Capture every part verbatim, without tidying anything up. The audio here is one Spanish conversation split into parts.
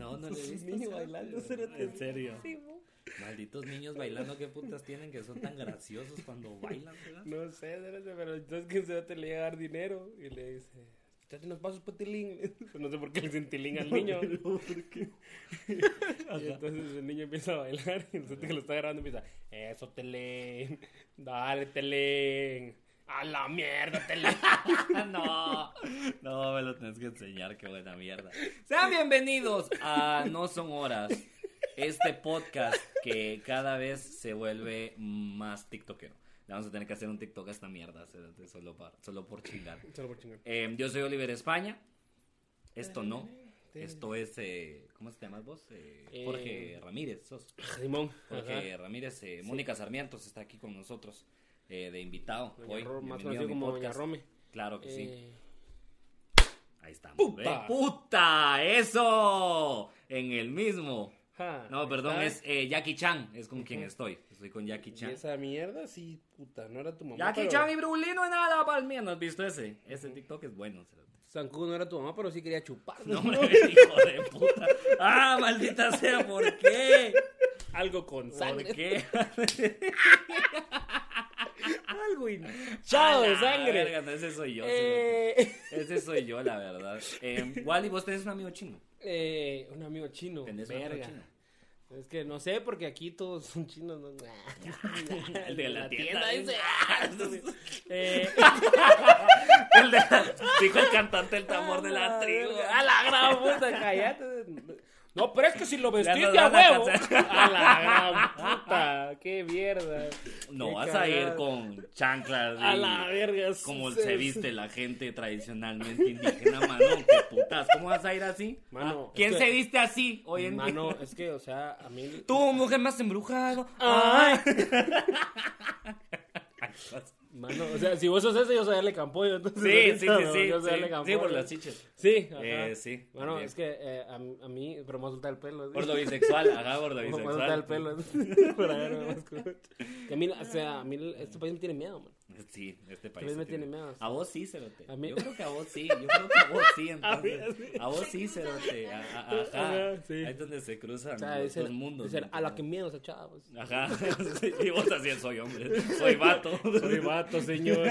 No, no le he visto. Niño bailando, cerote. En serio. Sí, mo. Malditos niños bailando, ¿qué putas tienen que son tan graciosos cuando bailan, ¿verdad? No sé, cerote, pero entonces que se te le llega a dar dinero y le dice, échate unos pasos por tilín. No sé por qué le dicen tilín al niño. No, ¿por qué? Y entonces el niño empieza a bailar y el cerote que lo está grabando empieza, eso, Telén, dale, Telén. A la mierda, Telén. No, no me lo tenés que enseñar, qué buena mierda. Sean bienvenidos a No Son Horas, este podcast que cada vez se vuelve más tiktokero. Le vamos a tener que hacer un TikTok a esta mierda, solo, para, solo por chingar. Solo por chingar. Eh, yo soy Oliver España. Esto no. Esto es, eh, ¿cómo se llamas vos? Eh, Jorge eh, Ramírez, sos. Simón. Jorge Ajá. Ramírez. Eh, Mónica sí. Sarmientos está aquí con nosotros. Eh, de invitado Doña hoy, Ro, más conocido como Doña Rome. Claro que eh... sí. Ahí estamos. ¡Puta! ¿eh? ¡Puta! ¡Eso! En el mismo. Ja, no, perdón, ¿está? es eh, Jackie Chan, es con uh-huh. quien estoy. Estoy con Jackie Chan. ¿Y esa mierda? Sí, puta, no era tu mamá. Jackie pero... Chan y Brulino en nada palmía, ¿no has visto ese? Ese TikTok es bueno. Zancudo no era tu mamá, pero sí quería chupar. No, hombre, hijo de puta. Ah, maldita sea, ¿por qué? Algo con sangre. ¿Por qué? Algo hinchado de sangre. Verga, no, ese soy yo. Eh... Ese soy yo, la verdad. Eh, Wally, ¿vos tenés un amigo chino? Eh, un amigo chino. ¿Tenés Verga. un amigo chino? Es que no sé, porque aquí todos son chinos. ¿No? El de la, la tienda, tienda dice. eh... el de la... Dijo el cantante el tambor de la tribu. A la gran puta, cállate. No, pero es que si lo vestiste a huevo. A la gran puta, qué mierda. No qué vas cagada. a ir con chanclas. A la verga. Como sí, se sí. viste la gente tradicionalmente indígena, mano. Qué putas. ¿Cómo vas a ir así? Mano, ¿Quién es se que, viste así hoy en día? Mano, es que, o sea, a mí. Tú, mujer más embrujado. Ay. Mano, o sea, si vos sos ese, yo soy Ale Campoyo. Entonces, sí, sí, sí, sí. Yo soy sí, Ale Campoyo. sí, por las chiches. Sí, ajá. Eh, sí. Bueno, también. es que eh, a, a mí, pero me va a soltar el pelo. ¿sí? Gordo bisexual, ajá, gordo Me va a bisexual. soltar el pelo. Para ver, no más que a mí, o sea, a mí este país me tiene miedo, man. Sí, este país. Este país me tiene miedo. A vos sí, Cerote. A mí... Yo creo que a vos sí. Yo creo que a vos sí, entonces. a, mí, sí. a vos sí, Cerote. Ajá. Ajá, sí. Ahí es donde se cruzan o sea, los ser, dos mundos. Ser, a la que miedo esa chava. Pues. Ajá. Y vos así soy hombre. Soy vato. Soy vato, señor.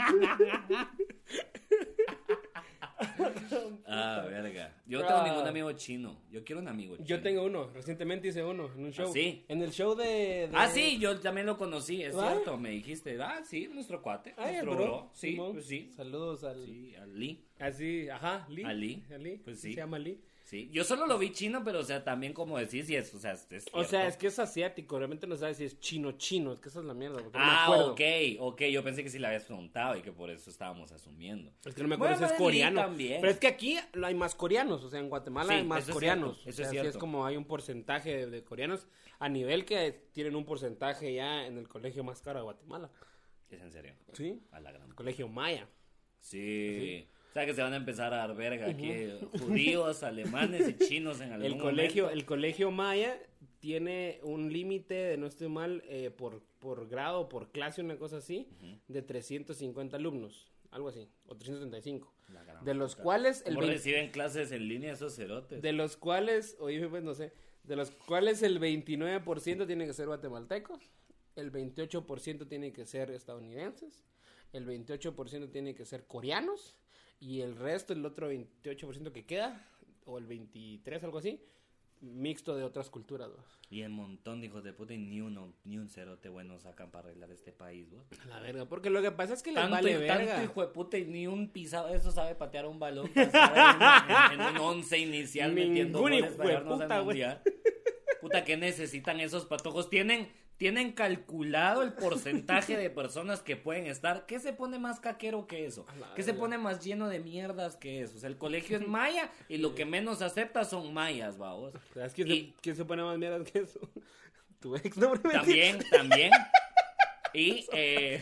Ah, verga. Yo no tengo ningún amigo chino. Yo quiero un amigo chino. Yo tengo uno. Recientemente hice uno en un show. ¿Ah, sí? En el show de, de... Ah, sí, yo también lo conocí, es ¿Ah? cierto. Me dijiste, ah, sí, nuestro cuate. Ah, nuestro bro. bro. Sí, Simón. pues sí. Saludos al... Sí, al Lee. Así, ajá, Lee. A Lee. A Lee. Pues sí. Se llama Lee. Sí, yo solo lo vi chino, pero o sea, también como decís, y es, o sea, es, es O sea, es que es asiático, realmente no sabes si es chino chino, es que esa es la mierda. Porque ah, no me acuerdo. ok, ok, yo pensé que sí le habías preguntado y que por eso estábamos asumiendo. Es que no me acuerdo bueno, si es coreano. también. Pero es que aquí hay más coreanos, o sea, en Guatemala Sí, hay más eso es coreanos. cierto, eso o sea, es sí cierto. es como hay un porcentaje de, de coreanos a nivel que tienen un porcentaje ya en el colegio más caro de Guatemala. ¿Es en serio? Sí. A la gran. El colegio Maya. Sí. Sí. O sea, que se van a empezar a dar verga aquí, uh-huh. judíos, alemanes y chinos en algún el colegio, momento. El colegio Maya tiene un límite, de no estoy mal, eh, por, por grado, por clase, una cosa así, uh-huh. de trescientos cincuenta alumnos, algo así, o trescientos treinta y cinco. De los puta. cuales... ¿Cómo el veinte reciben clases en línea esos cerotes? De los cuales, oye, pues no sé, de los cuales el veintinueve por ciento tiene que ser guatemaltecos, el veintiocho por ciento tiene que ser estadounidenses, el veintiocho por ciento tiene que ser coreanos, y el resto, el otro veintiocho por ciento que queda, o el veintitrés, algo así, mixto de otras culturas, ¿no? Y el montón de hijos de puta y ni uno, ni un cerote bueno sacan para arreglar este país, ¿no? La verga, porque lo que pasa es que les tanto, vale verga. Tanto hijo de puta y ni un pisado, eso sabe patear un balón para en, en, en un once inicial metiendo goles para llevarnos al mundial. Puta, ¿qué necesitan esos patojos? Tienen... Tienen calculado el porcentaje de personas que pueden estar. ¿Qué se pone más caquero que eso? ¿Qué se pone más lleno de mierdas que eso? O sea, el colegio es maya y lo que menos acepta son mayas, vamos. ¿Sabes quién, y... se, quién se pone más mierdas que eso? Tu ex, no me También, también. Y, eh...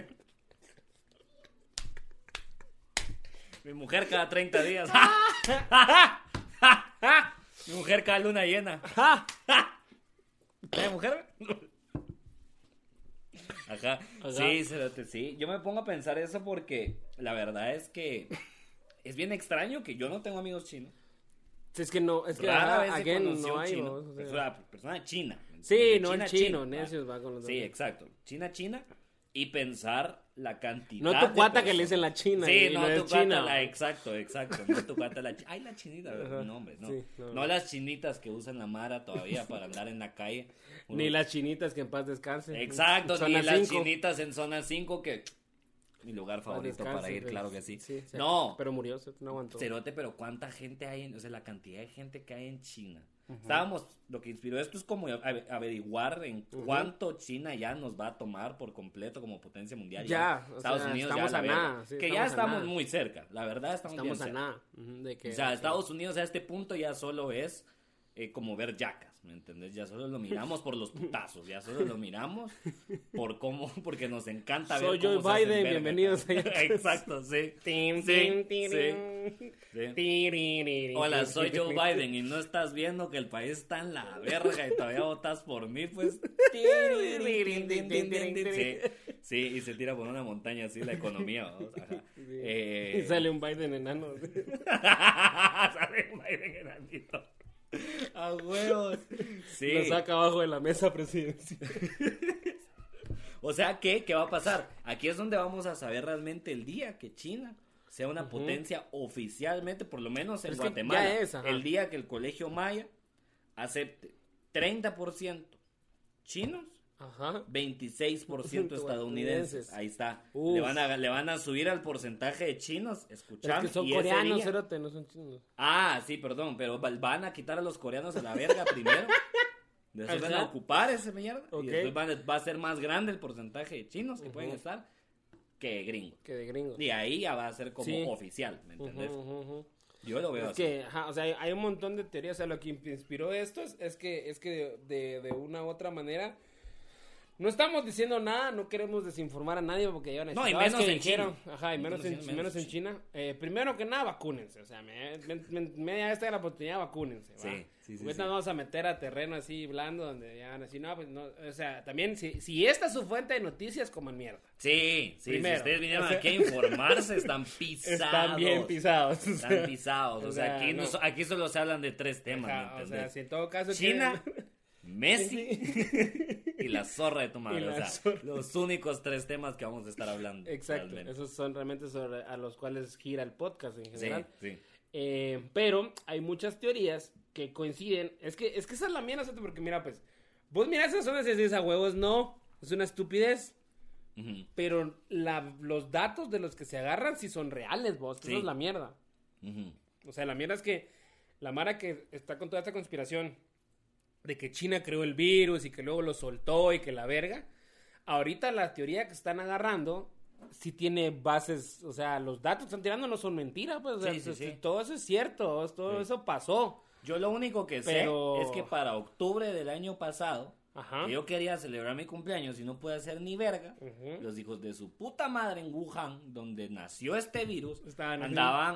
mi mujer cada treinta días. Mi mujer cada luna llena. ¿Eh, mujer? Ajá. Ajá. Sí, cérate, sí. Yo me pongo a pensar eso porque la verdad es que es bien extraño que yo no tengo amigos chinos. Es que no, es que rara ajá, vez again, se conoció no hay, chino. vos, o sea. Es una persona china. Sí, de no China, el chino, China, necios va. va con los Sí, dos. exacto. China, China. Y pensar la cantidad. No tu de cuata que personas. le dicen la china. Sí, y no, no tu es cuata, china. la, exacto, exacto. No tu cuata, la china. Ay, la chinita, Ajá, no, hombre, no. sí, no, no las chinitas que usan la mara todavía para andar en la calle. Ni las chinitas que en paz descansen. Exacto, Zona ni las cinco. chinitas en zona cinco que... Mi lugar favorito descanse, para ir, pues. claro que sí. Sí, sí, no, pero murió, se no aguantó. cerote, pero cuánta gente hay, en, o sea, la cantidad de gente que hay en China. Uh-huh. Estábamos, lo que inspiró esto es como averiguar en uh-huh. cuánto China ya nos va a tomar por completo como potencia mundial. Ya, ya. Estados sea, Unidos estamos ya a nada. Sí, que estamos ya estamos nada. muy cerca, la verdad estamos, estamos bien a cerca. nada. Uh-huh, de que, o sea, de Estados que... Unidos a este punto ya solo es eh, como ver yacas, ¿me entendés? Ya solo lo miramos por los putazos, ya solo lo miramos por cómo, porque nos encanta Soy ver cómo Joe se Biden, hacen verga. bienvenidos a Exacto, sí. Tin, Sí, tin, sí, sí. Hola, soy Joe Biden y no estás viendo que el país está en la verga y todavía votas por mí, pues. Sí, sí, y se tira por una montaña así la economía, ¿no? Ajá. Sí. Eh... Y sale un Biden enano. Sale un Biden enanito. A huevos. Sí. Lo saca abajo de la mesa presidencial. O sea, ¿qué? ¿Qué va a pasar? Aquí es donde vamos a saber realmente el día que China sea una uh-huh. potencia oficialmente, por lo menos en es Guatemala. Ya es, el día que el Colegio Maya acepte treinta por ciento chinos, ajá. veintiséis por ciento estadounidenses. Ahí está. Le van, a, le van a subir al porcentaje de chinos. Escuchando. Es que son y coreanos, día... cerote, no son chinos. Ah, sí, perdón, pero van a quitar a los coreanos a la verga primero. Después van a ocupar ese mierda. Okay. Y después van a, va a ser más grande el porcentaje de chinos que uh-huh. pueden estar que gringos. Que de gringos. Y ahí ya va a ser como sí. oficial, ¿me entendés? Uh-huh, uh-huh. Yo lo veo es así. Que, ajá, o sea, hay un montón de teorías. O sea, lo que inspiró esto es, es que, es que de, de, de una u otra manera... No estamos diciendo nada, no queremos desinformar a nadie porque ya no, y menos que en dijeron, China. Ajá, y menos, menos, en, menos, menos en China. China. Eh, primero que nada, vacúnense. O sea, me, me, me, media vez tenga la oportunidad, vacúnense. ¿va? Sí, sí, sí. Ahorita sí. Vamos a meter a terreno así blando donde ya van a decir, no, pues no. O sea, también, si, si esta es su fuente de noticias, coman mierda. Sí, sí. Primero, si ustedes vinieron o sea, aquí a informarse, están pisados. Están bien pisados. O sea, están pisados. O sea, o sea aquí, no. No, aquí solo se hablan de tres temas. Ajá, ¿me o sea, si en todo caso. China. Que... Messi y la zorra de tu madre, o sea, zorra. Los únicos tres temas que vamos a estar hablando. Exacto, realmente. Esos son realmente sobre a los cuales gira el podcast en general. Sí, sí. Eh, pero hay muchas teorías que coinciden, es que es que esa es la mierda, porque mira, pues, vos mirás esas zonas y decís a huevos, no, es una estupidez. Uh-huh. Pero la, los datos de los que se agarran sí son reales, vos, sí. Eso es la mierda. Uh-huh. O sea, la mierda es que la mara que está con toda esta conspiración de que China creó el virus y que luego lo soltó y que la verga. Ahorita la teoría que están agarrando sí tiene bases, o sea, los datos que están tirando no son mentiras, pues, o sea, sí, sí, sí. todo eso es cierto, todo sí. Eso pasó. Yo lo único que Pero... sé es que para octubre del año pasado, Ajá. que yo quería celebrar mi cumpleaños y no pude hacer ni verga, uh-huh. los hijos de su puta madre en Wuhan, donde nació este virus, Estaban andaban...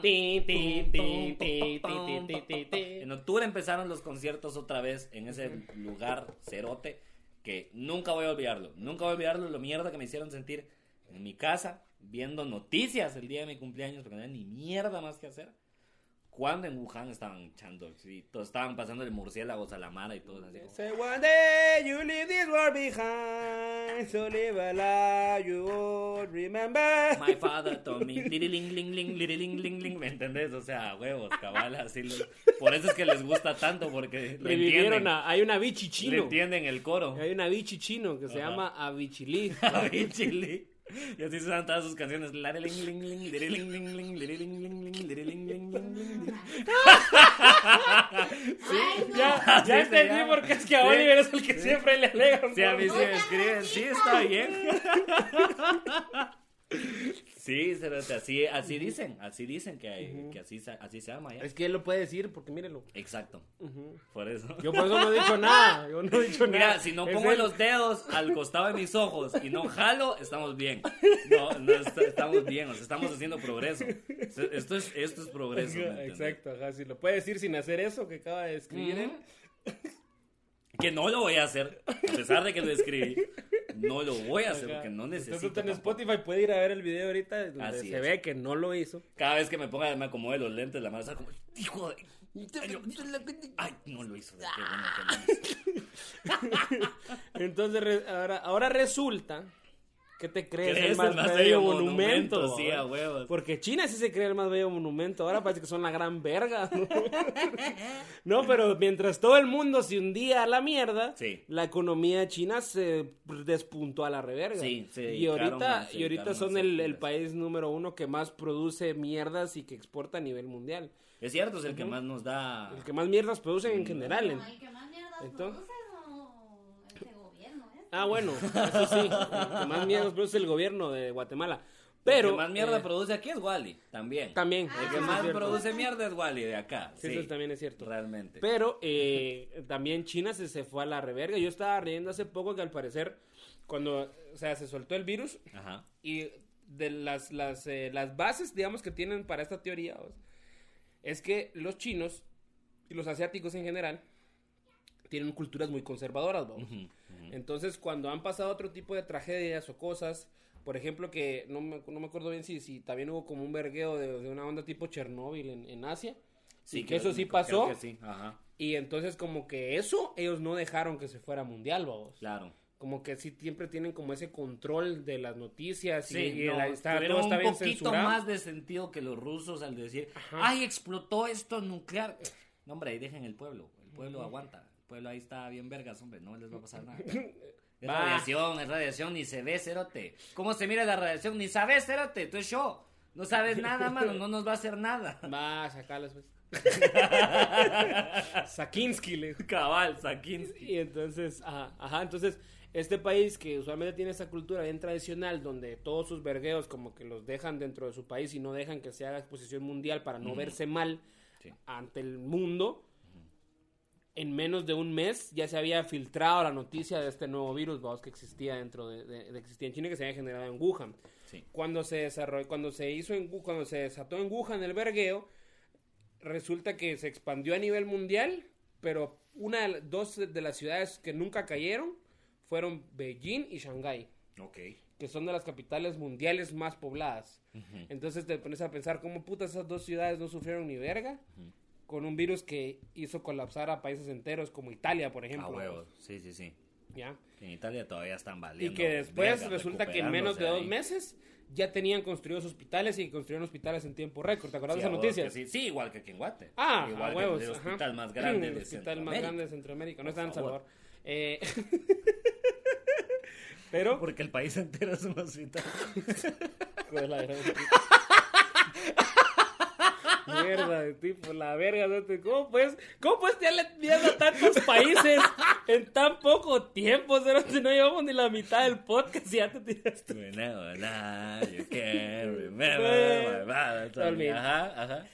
En octubre empezaron los conciertos otra vez en ese uh-huh. lugar cerote, que nunca voy a olvidarlo, nunca voy a olvidarlo, lo mierda que me hicieron sentir en mi casa, viendo noticias el día de mi cumpleaños, porque no había ni mierda más que hacer. Cuando en Wuhan estaban echando, sí, todos estaban pasando el murciélago a la mara y todo así. Say one day you leave this world behind, so live a life you won't remember. My father told me, liriling, ling, ling, liriling, ling, ling, ¿me entendés? O sea, huevos, cabal, así. Lo, por eso es que les gusta tanto, porque le entienden. A, hay una bichi chino. Le entienden el coro. Hay una bichi chino que Ajá. se llama Avichili. Avichili. Y así se dan todas sus canciones. Ya, ya entendí porque es que a Oliver es el que siempre le alegan. Sí, a mí sí me escriben. Sí, está bien. Sí, así, así dicen, así dicen que, hay, uh-huh. que así, así se llama ya. Es que él lo puede decir porque mírelo. Exacto, uh-huh. por eso. Yo por eso no he dicho nada, yo no he dicho Mira, nada. si no pongo el... los dedos al costado de mis ojos y no jalo, estamos bien. No, no est- estamos bien, o sea, estamos haciendo progreso. Esto es, esto es progreso. Exacto, ajá, si lo puede decir sin hacer eso que acaba de escribir él. Uh-huh. Que no lo voy a hacer, a pesar de que lo escribí. No lo voy a hacer porque no necesito. Entonces en Spotify puede ir a ver el video ahorita donde Así se es. ve que no lo hizo. Cada vez que me ponga, me acomode los lentes, la mano está como, hijo de... Ay, no lo hizo. De qué bueno que lo Entonces, ahora, ahora resulta que te crees, ¿Crees el más, el más bello bello monumento. monumento? Sí, a huevos. Porque China sí se cree el más bello monumento. Ahora parece que son la gran verga. No, no, pero mientras todo el mundo se hundía a la mierda, sí. la economía china se despuntó a la reverga. Sí, sí. Y ahorita, y ahorita son el, el país número uno que más produce mierdas y que exporta a nivel mundial. Es cierto, es el uh-huh. que más nos da... El que más mierdas produce en general. No, el que más mierdas Entonces... produce no este gobierno. ¿eh? Ah, bueno, eso sí. El que más mierdas produce el gobierno de Guatemala. Pero, el que más mierda eh, produce aquí es Wally, también. También. El que ah, más produce mierda es Wally de acá. Sí, sí, eso también es cierto. Realmente. Pero eh, también China se, se fue a la reverga. Yo estaba riendo hace poco que al parecer, cuando, o sea, se soltó el virus, ajá. y de las, las, eh, las bases, digamos, que tienen para esta teoría, o sea, es que los chinos y los asiáticos en general tienen culturas muy conservadoras, vamos. Uh-huh, uh-huh. Entonces, cuando han pasado otro tipo de tragedias o cosas, por ejemplo, que no me, no me acuerdo bien si, si también hubo como un vergueo de, de una onda tipo Chernóbil en, en Asia. Sí, que eso sí pasó. Que sí. Ajá. Y entonces como que eso, ellos no dejaron que se fuera mundial, vamos. Claro. Como que sí siempre tienen como ese control de las noticias. Sí, y, y no, la, está, todo un está bien poquito censurado. más de sentido que los rusos al decir, ajá. Ay, explotó esto nuclear. No, hombre, ahí dejen el pueblo. El pueblo uh-huh. aguanta. El pueblo ahí está bien vergas, hombre. No les va a pasar nada. Es bah. radiación, es radiación, ni se ve, cerote. ¿Cómo se mira la radiación? Ni sabes, cerote. Tú es yo. No sabes nada, mano. No nos va a hacer nada. Va, sacalas, pues. Sakinsky, le cabal, Sakinsky. Y entonces, ajá, ajá, entonces, este país que usualmente tiene esa cultura bien tradicional, donde todos sus vergueos como que los dejan dentro de su país y no dejan que se haga exposición mundial para no mm. verse mal sí. ante el mundo. En menos de un mes ya se había filtrado la noticia de este nuevo virus, vamos, que existía dentro de, de, de existía en China, que se había generado en Wuhan. Sí. Cuando se desarrolló, cuando se hizo en cuando se desató en Wuhan el vergueo, resulta que se expandió a nivel mundial, pero una dos de las ciudades que nunca cayeron fueron Beijing y Shanghái. Okay. Que son de las capitales mundiales más pobladas. Uh-huh. Entonces te pones a pensar cómo putas esas dos ciudades no sufrieron ni verga. Uh-huh. Con un virus que hizo colapsar a países enteros como Italia, por ejemplo. A huevos, sí, sí, sí. ¿Ya? En Italia todavía están valiendo. Y que después verga, resulta que en menos de dos ahí. meses ya tenían construidos hospitales y construyeron hospitales en tiempo récord. ¿Te acuerdas sí, de esas noticias? Sí. sí, igual que aquí en Guate. Ah, igual a huevos. El hospital más grande el de hospital más grande de Centroamérica. No está en El Salvador. Eh... Pero... Porque el país entero es un hospital. Pues la verdad. Mierda de tipo, la verga, ¿no? ¿Cómo puedes, cómo puedes tirarle mierda a tantos países en tan poco tiempo? ¿No? no llevamos ni la mitad del podcast y ya te tiraste. Bueno, nah, you can't remember. Ajá, ajá.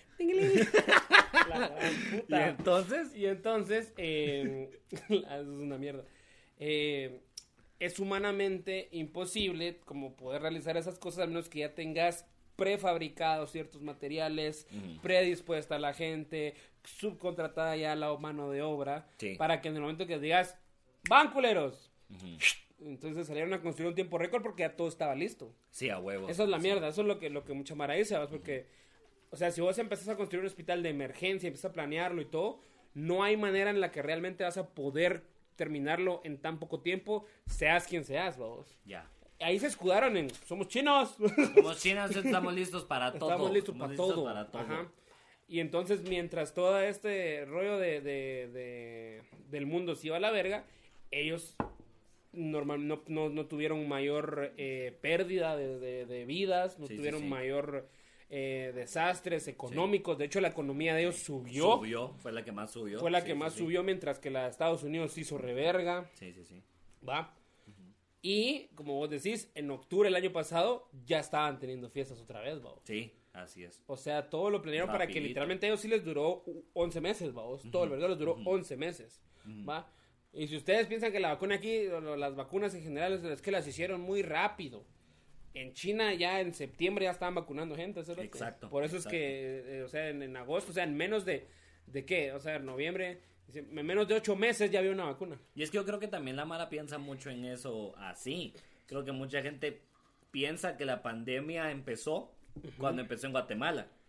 La gran puta. Y entonces, y entonces, eh, eso es una mierda. Eh, es humanamente imposible como poder realizar esas cosas a menos que ya tengas prefabricados ciertos materiales, uh-huh. predispuesta a la gente, subcontratada ya la mano de obra, sí. para que en el momento que digas, ¡van culeros! Uh-huh. Entonces salieron a construir un tiempo récord porque ya todo estaba listo. Sí, a huevo. Eso es la mierda, eso es lo que, lo que mucha mara dice, ¿sabes? Porque, o sea, si vos empezás a construir un hospital de emergencia, empiezas a planearlo y todo, no hay manera en la que realmente vas a poder terminarlo en tan poco tiempo, seas quien seas, vos. Ya. Ahí se escudaron en, somos chinos. Somos chinos, estamos listos para todo. Estamos listos, para, listos todo. para todo. Ajá. Y entonces, mientras todo este rollo de, de, de del mundo se iba a la verga, ellos normal, no, no, no tuvieron mayor eh, pérdida de, de, de vidas, no sí, tuvieron sí, sí. mayor eh, desastres económicos. Sí. De hecho, la economía de ellos subió. Subió, fue la que más subió. Fue la sí, que sí, más sí. subió, mientras que la de Estados Unidos hizo reverga. Sí, sí, sí. Va. Y, como vos decís, en octubre del año pasado ya estaban teniendo fiestas otra vez, vamos. Sí, así es. O sea, todo lo planearon Rapidito. Para que literalmente a ellos sí les duró once meses, vamos. Uh-huh. Todo el verdad les duró uh-huh. once meses, uh-huh. ¿va? Y si ustedes piensan que la vacuna aquí, o las vacunas en general, es que las hicieron muy rápido. En China ya en septiembre ya estaban vacunando gente, ¿sabes? Exacto. Por eso exacto. es que, eh, o sea, en, en agosto, o sea, en menos de, ¿de qué? O sea, en noviembre... En menos de ocho meses ya había una vacuna. Y es que yo creo que también la mara piensa mucho en eso así. Creo que mucha gente piensa que la pandemia empezó uh-huh. cuando empezó en Guatemala.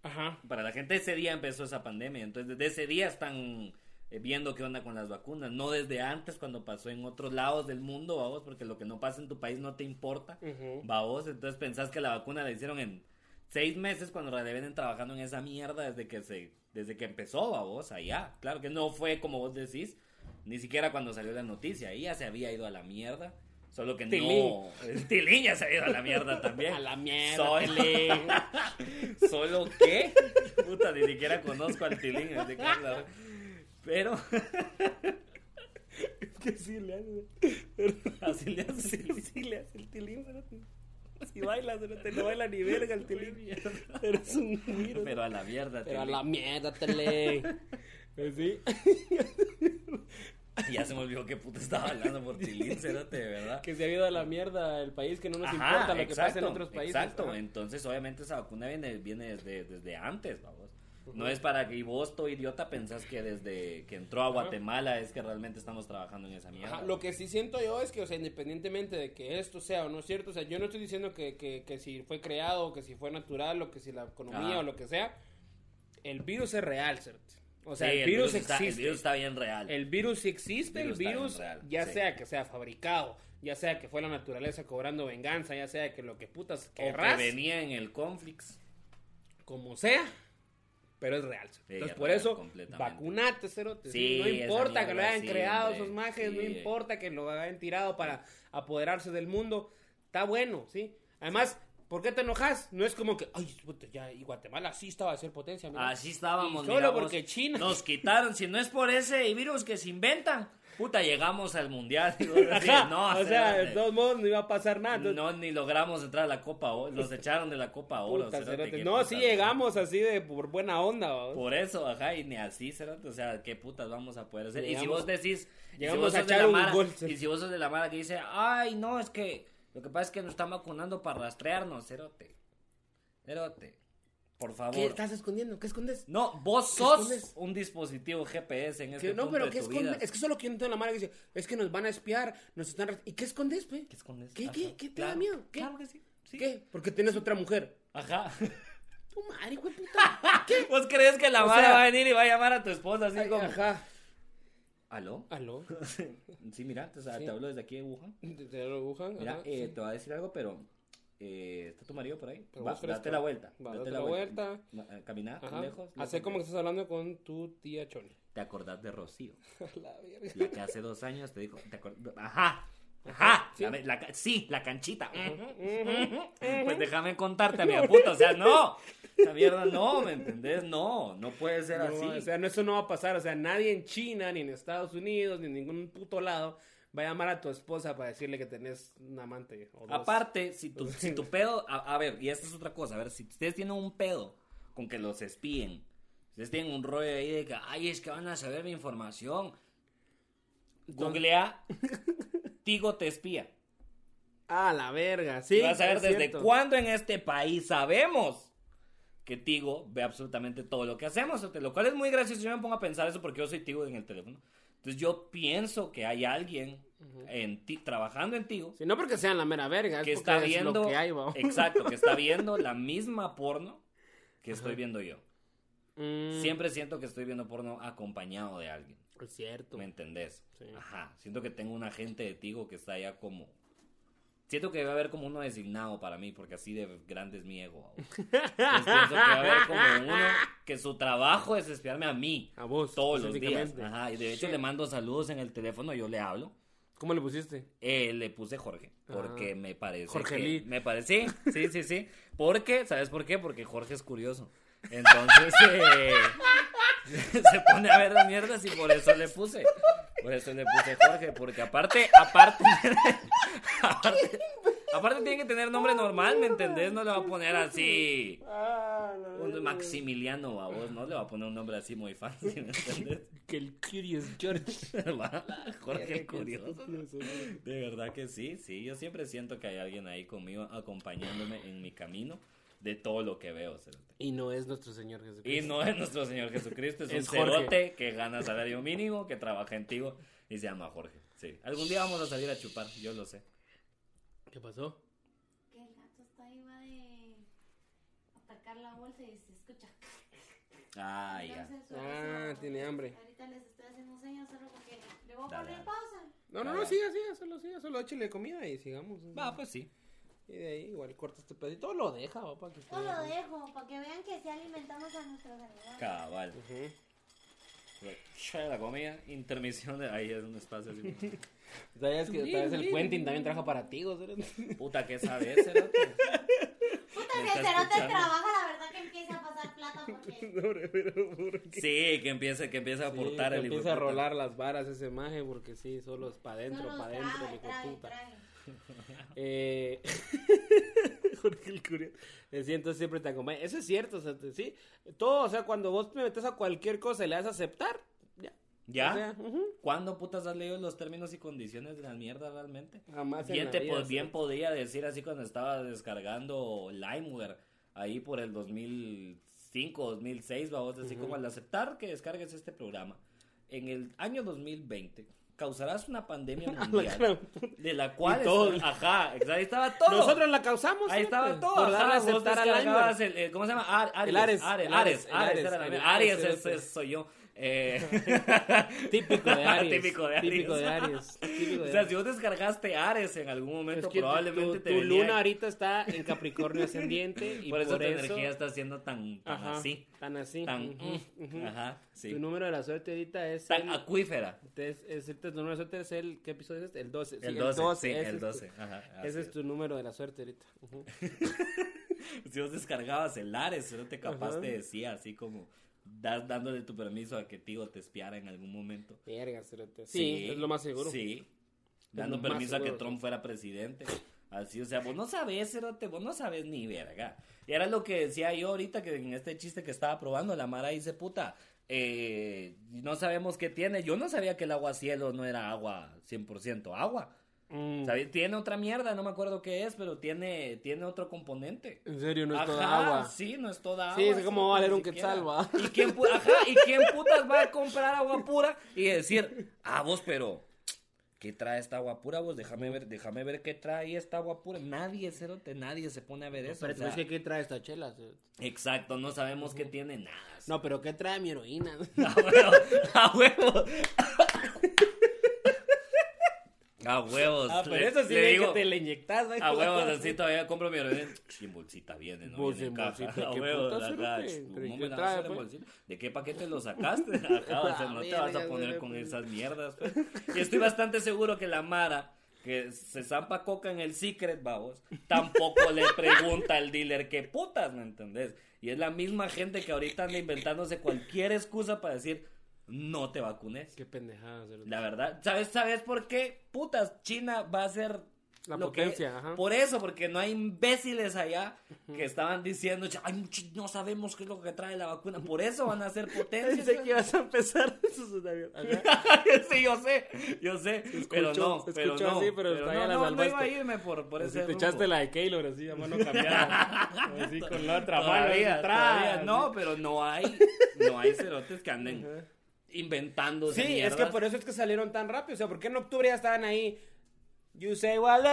Ajá. Para la gente ese día empezó esa pandemia. Entonces, desde ese día están eh, viendo qué onda con las vacunas. No desde antes, cuando pasó en otros lados del mundo, vamos, porque lo que no pasa en tu país no te importa, uh-huh. vamos. Entonces pensás que la vacuna la hicieron en seis meses cuando la vienen trabajando en esa mierda desde que se, desde que empezó, vamos, allá. Claro que no fue como vos decís, ni siquiera cuando salió la noticia. Ahí ya se había ido a la mierda. Solo que Tilín. no... Tilín ya se ha ido a la mierda también. A la mierda, Solo... ¿Solo qué? Puta, ni siquiera conozco al Tilín. Pero... Es que sí le hace. Así le hace. Sí, sí le hace el Tilín, pero... Si bailas, no te lo baila ni verga el Tilín. Pero es un virus. Pero a la mierda, Pero Tilín. A la mierda, Tele. Sí. Ya se me olvidó qué puta estaba hablando por Tilín, cerote, de verdad. Que se ha ido a la mierda el país, que no nos Ajá, importa lo exacto, que pasa en otros países. Exacto, Ajá. Entonces obviamente esa vacuna viene, viene desde, desde antes, vamos. Uh-huh. No es para que vos, todo idiota, pensás que desde que entró a Guatemala es que realmente estamos trabajando en esa mierda. Ajá, lo que sí siento yo es que, o sea, independientemente de que esto sea o no es cierto, o sea, yo no estoy diciendo que, que, que si fue creado, o que si fue natural, o que si la economía, Ajá. o lo que sea, el virus es real, ¿cierto? O sea, sí, el, virus el virus existe. Está, el virus está bien real. El virus sí existe, el virus, el virus real, ya sí. sea que sea fabricado, ya sea que fue la naturaleza cobrando venganza, ya sea que lo que putas querrás. O que venía en el Conflix. Como sea, pero es real. Sí, Entonces, por real, eso, vacunate, cerote. Sí, no importa mierda, que lo hayan sí, creado hombre, esos majes, sí. no importa que lo hayan tirado para apoderarse del mundo. Está bueno, ¿sí? Además... ¿Por qué te enojas? No es como que, ay, puta, ya, y Guatemala sí estaba a ser potencia. Mira. Así estábamos, y solo miramos, porque China. Nos quitaron, si no es por ese virus que se inventan, puta, llegamos al mundial. Digo, Ajá, no, o sea, de todos modos no iba a pasar nada. Entonces... No, ni logramos entrar a la Copa Oro, nos echaron de la Copa Oro. Puta, cerote, no, sí llegamos así de por buena onda. ¿Vos? Por eso, ajá, y ni así, cerote, o sea, qué putas vamos a poder hacer. Llegamos, y si vos decís, llegamos si a echar un mara, gol. Y si vos sos de la mara que dice, ay, no, es que lo que pasa es que nos están vacunando para rastrearnos, cerote. Cerote, por favor. ¿Qué estás escondiendo? ¿Qué escondes? No, vos sos escondes? un dispositivo G P S en este ¿Qué? No, punto pero de ¿qué tu escondes? vida. Es que solo que yo no tengo la mano que dice, es que nos van a espiar, nos están... ¿Y qué escondes, pe? ¿Qué escondes? ¿Qué, Ajá. qué, qué te claro, da miedo? ¿Qué? Claro que sí. sí. ¿Qué? Porque tienes otra mujer. Ajá. Tu madre, hijo de puta. ¿Qué? ¿Vos crees que la mara va a venir y va a llamar a tu esposa así ay, como... Ajá. ¿Aló? ¿Aló? Sí, mira, te, sí. te hablo desde aquí de Wuhan. ¿Te hablo de Wuhan? Mira, Ajá, eh, sí. te voy a decir algo, pero... Eh, ¿está tu marido por ahí? Va, date la vuelta. Va, date la vuelta. vuelta. Caminá lejos. Hace como que estás hablando con tu tía Choni. ¿Te acordás de Rocío? La verga. La que hace dos años te dijo... ¿te acord... Ajá. Ajá. ¿Sí? La, la, sí, la canchita. Uh-huh. Uh-huh. Pues déjame contarte, amiga puta. O sea, no. Esa mierda no, ¿me entendés? No, no puede ser no, así. O sea, no, eso no va a pasar. O sea, nadie en China, ni en Estados Unidos, ni en ningún puto lado... va a llamar a tu esposa para decirle que tenés un amante o dos. Aparte, si tu, si tu pedo... A, a ver, y esta es otra cosa. A ver, si ustedes tienen un pedo con que los espíen, si ustedes tienen un rollo ahí de que, ay, es que van a saber mi información, googlea, Tigo te espía. Ah, la verga, sí. Y vas a ver desde cierto. cuándo en este país sabemos que Tigo ve absolutamente todo lo que hacemos. Lo cual es muy gracioso. Yo me pongo a pensar eso porque yo soy Tigo en el teléfono. Entonces yo pienso que hay alguien uh-huh. en ti, trabajando en Tigo. Sí, no porque sean la mera verga, es que porque está es viendo, lo que hay, ¿va? Exacto, que está viendo la misma porno que uh-huh. estoy viendo yo. Mm. Siempre siento que estoy viendo porno acompañado de alguien. Es cierto. ¿Me entendés? Sí. Ajá. Siento que tengo un agente de Tigo que está allá como... Siento que va a haber como uno designado para mí, porque así de grande es mi ego. Entonces pienso que va a haber como uno que su trabajo es espiarme a mí. A vos. Todos los días. Ajá. Y de hecho sí. le mando saludos en el teléfono, yo le hablo. ¿Cómo le pusiste? Eh, le puse Jorge, porque ah. me parece Jorge que... Lee. Me parece, sí, sí, sí, sí. Porque, ¿sabes por qué? Porque Jorge es curioso. Entonces, eh, se pone a ver las mierdas y por eso le puse. Por eso le puse Jorge, porque aparte, aparte, aparte, aparte tiene que tener nombre normal, ¿me entendés? No le va a poner así un Maximiliano, a vos, no le va a poner un nombre así muy fácil, ¿me entendés? Que el Curious George. Jorge el Curioso. De verdad que sí, sí, yo siempre siento que hay alguien ahí conmigo acompañándome en mi camino. De todo lo que veo, cerote. Y no es nuestro Señor Jesucristo. Y no es nuestro Señor Jesucristo, es, es un Jorge. cerote que gana salario mínimo, que trabaja en Tigo y se llama Jorge. Sí. Algún día vamos a salir a chupar, yo lo sé. ¿Qué pasó? Que el gato está ahí, va de atacar la bolsa y se escucha. Ah, ya. Ah, tiene hambre. Ahorita les estoy haciendo señas solo porque le voy a Dale, poner dale. pausa. No, no, no, siga, siga, solo siga, solo échale comida y sigamos. Va, pues sí. Y de ahí igual corta este pedacito, todo lo deja, papá. Que Yo lo dejo para que vean que sí alimentamos a nuestros animales. Cabal. Uh-huh. La comida, intermisión de... Ahí es un espacio así. ¿Sabes que tal vez el Quentin también trabaja para ti, ¿o sea? Puta, ¿qué sabes, cerote? Puta, Me si está el cerote escuchando. trabaja, la verdad que empieza a pasar plata porque... No, pero ¿por qué? Sí, que empiece, que empiece a Sí, aportar que el hijo de empieza a puta. rolar las varas ese maje porque sí, solo es para adentro, Solo para adentro, trae, el hijo de trae, puta. trae. Eh... Jorge el curioso. Eh, sí, entonces siempre te acompaña. Eso es cierto, o sea, te- sí. Todo, o sea, cuando vos te metes a cualquier cosa y le das a aceptar, ya. ¿Ya? O sea, ujú. ¿Cuándo putas has leído los términos y condiciones de la mierda realmente? Jamás en Bien, la te vida, po- sí. bien podía decir así cuando estaba descargando LimeWare, ahí por el dos mil cinco, dos mil seis, vamos, así como al aceptar que descargues este programa. En el año dos mil veinte causarás una pandemia mundial de la cual... Y todo. es- ajá, exacto, ahí estaba todo. Nosotros la causamos. Ahí siempre, estaba todo. Por darle a Ajá, vos aceptar al descargabas Limer. el, el- ¿cómo se llama? Ar- Aries. El Ares, Ares, el Ares, Ares, el Ares Ares, era la el mía. Ares, Aries, el ese Ares. soy yo. Eh, Típico de Aries. Típico de Aries. Típico de Aries. Típico O de sea, Aries. si vos descargaste Ares en algún momento, Es que probablemente tu, te tu venía- luna ahorita está en Capricornio ascendiente y por por, eso tu eso energía está siendo tan, tan ajá, así. tan así. Tan, Ujú, mm, ujú. ajá, sí. Tu número de la suerte ahorita es Tan el, acuífera. es, es, es- tu número de suerte es el, ¿qué episodio es este? El doce. Sí, El doce, sí, ese el es tu- doce. Ajá, así Ese es es. tu número de la suerte ahorita. Ujú. Si vos descargabas el Ares, no te capaz Ajá. te decía así como das, dándole tu permiso a que Tigo te espiara en algún momento. Verga, cerote. Sí, es lo más seguro. Sí. Es Dando lo más permiso a que seguro. Trump fuera presidente. Así, o sea, vos no sabés, cerote, vos no sabes ni verga. Y era lo que decía yo ahorita, que en este chiste que estaba probando, la Mara dice, puta, eh, no sabemos qué tiene. Yo no sabía que el aguacielo no era agua, cien por ciento agua. Mm. ¿Sabes? Tiene otra mierda, no me acuerdo qué es, pero tiene, tiene otro componente. En serio, no es Ajá, toda agua. sí, no es toda Sí, agua. es como va a valer ni un siquiera. quetzal, va. ¿Y quién, pu- ajá, ¿y quién putas va a comprar agua pura y decir, ah, vos, pero, ¿qué trae esta agua pura, vos? Déjame ver, déjame ver qué trae esta agua pura. Nadie, cerote, nadie se pone a ver eso. Pero o sea, es que ¿qué trae esta chela? cerote? exacto, no sabemos qué tiene nada. No, pero ¿qué trae mi heroína? A huevo, a huevo. A huevos. Ah, pero le- eso sí le ve digo, que te le inyectas. ¿no? a huevos, así todavía compro mi heroína. Sí, en bolsita viene, ¿no? Vos Viene en caja. bolsita, A ¿qué huevos, putas, acá. cerote? ¿Cómo ¿Pero me qué la trae, vas a hacer en pues? bolsita? ¿De qué paquete lo sacaste? Ajá, o sea, no te vas a Verga, poner cerote. con esas mierdas. Pues. Y estoy bastante seguro que la Mara, que se zampa coca en el Secret, vamos, tampoco le pregunta al dealer qué putas, ¿me entendés? Y es la misma gente que ahorita anda inventándose cualquier excusa para decir, no te vacunes. Qué pendejada. cerote. La verdad, ¿sabes, ¿sabes por qué? Putas, China va a ser La lo potencia, que, ajá. Por eso, porque no hay imbéciles allá que estaban diciendo, ay, much- no sabemos qué es lo que trae la vacuna, por eso van a ser potencias. Pensé que ibas a empezar. Eso es una mierda. Ajá. Sí, yo sé, yo sé, pero no, se pero escuchó no, así, pero pero todavía no, la no, no salvaste. iba a irme por, por Así ese te rumbo. echaste la de Keylor así a mano cambiada. Así con la otra mano. Todavía, así, todavía, atrás, no, así. pero no hay, no hay cerotes que anden Ajá. inventando. Sí, es que por eso es que salieron tan rápido. O sea, ¿por qué en octubre ya estaban ahí? You say, well,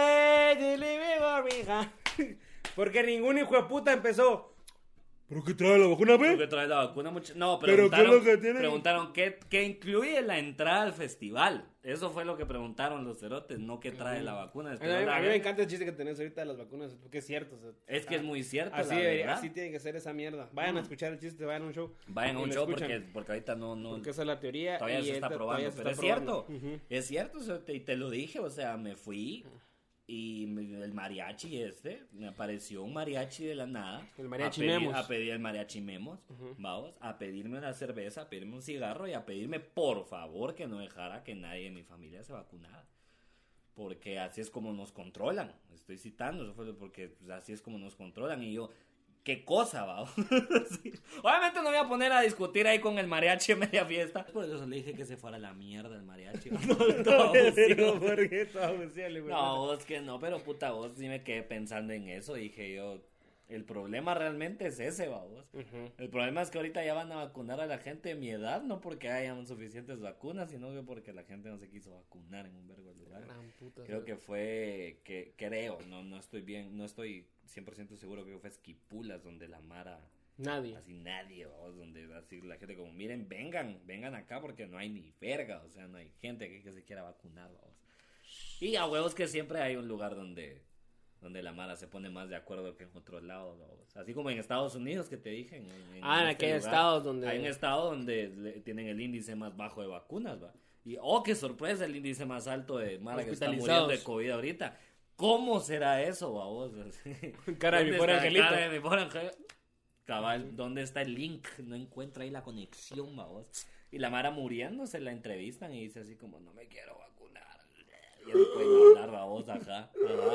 porque ningún hijo de puta empezó. ¿Pero qué trae la vacuna, ¿Qué ve? trae la vacuna? Mucha- No, ¿Pero qué es preguntaron, lo que tiene? preguntaron ¿qué, qué incluye la entrada al festival. Eso fue lo que preguntaron los cerotes, no qué trae la vacuna. A mí, Después la- a mí me encanta el chiste que tenés ahorita de las vacunas, porque es cierto. O sea, Es que es muy cierto, así, la debería- verdad. así tiene que ser esa mierda. Vayan a escuchar el chiste, vayan a un show. Vayan a y un lo show escuchan, porque, porque ahorita no... no porque esa es la teoría. todavía y se está esta- probando, todavía se pero es está cierto, probando. Ujú. es cierto, cerote, y te lo dije, o sea, me fui y me- el mariachi este, me apareció un mariachi de la nada. El mariachi a pedir, Memos. A pedir el mariachi Memos, vamos, a pedirme una cerveza, a pedirme un cigarro y a pedirme, por favor, que no dejara que nadie de mi familia se vacunara. Porque así es como nos controlan. Estoy citando, eso fue lo- porque pues, así es como nos controlan. Y yo, ¿qué cosa, va? Sí. Obviamente no voy a poner a discutir ahí con el mariachi en media fiesta. Por eso le dije que se fuera a la mierda el mariachi. No, todo Pero, abusivo. ¿por qué todo abusivo, güey? No, vos que no, pero puta, vos sí me quedé pensando en eso. Dije yo, el problema realmente es ese, va vos. Ujú. El problema es que ahorita ya van a vacunar a la gente de mi edad, no porque hayan suficientes vacunas, sino que porque la gente no se quiso vacunar en un vergo de lugares. Gran puta, Creo ¿no? que fue, que creo, no no estoy bien, no estoy cien por ciento seguro, creo que fue Esquipulas donde la Mara Nadie. Así nadie, vamos, donde así la gente como, miren, vengan, vengan acá porque no hay ni verga, o sea, no hay gente aquí que se quiera vacunar, vamos. Y a huevos que siempre hay un lugar donde, donde la mara se pone más de acuerdo que en otros lados, vamos. Así como en Estados Unidos que te dije. En, en ah, en este aquellos lugar, estados donde... Hay un estado donde le, tienen el índice más bajo de vacunas, va. Y, oh, qué sorpresa, el índice más alto de mara que está muriendo de COVID ahorita. ¿Cómo será eso, vamos? Cara de mi pobre angelito. Cara de mi pobre angelito. Cabal, ¿dónde está el link? No encuentro ahí la conexión, vamos. Y la mara muriéndose la entrevistan y dice así como, no me quiero vacunar. Y no pueden hablar, vamos, ajá, ajá.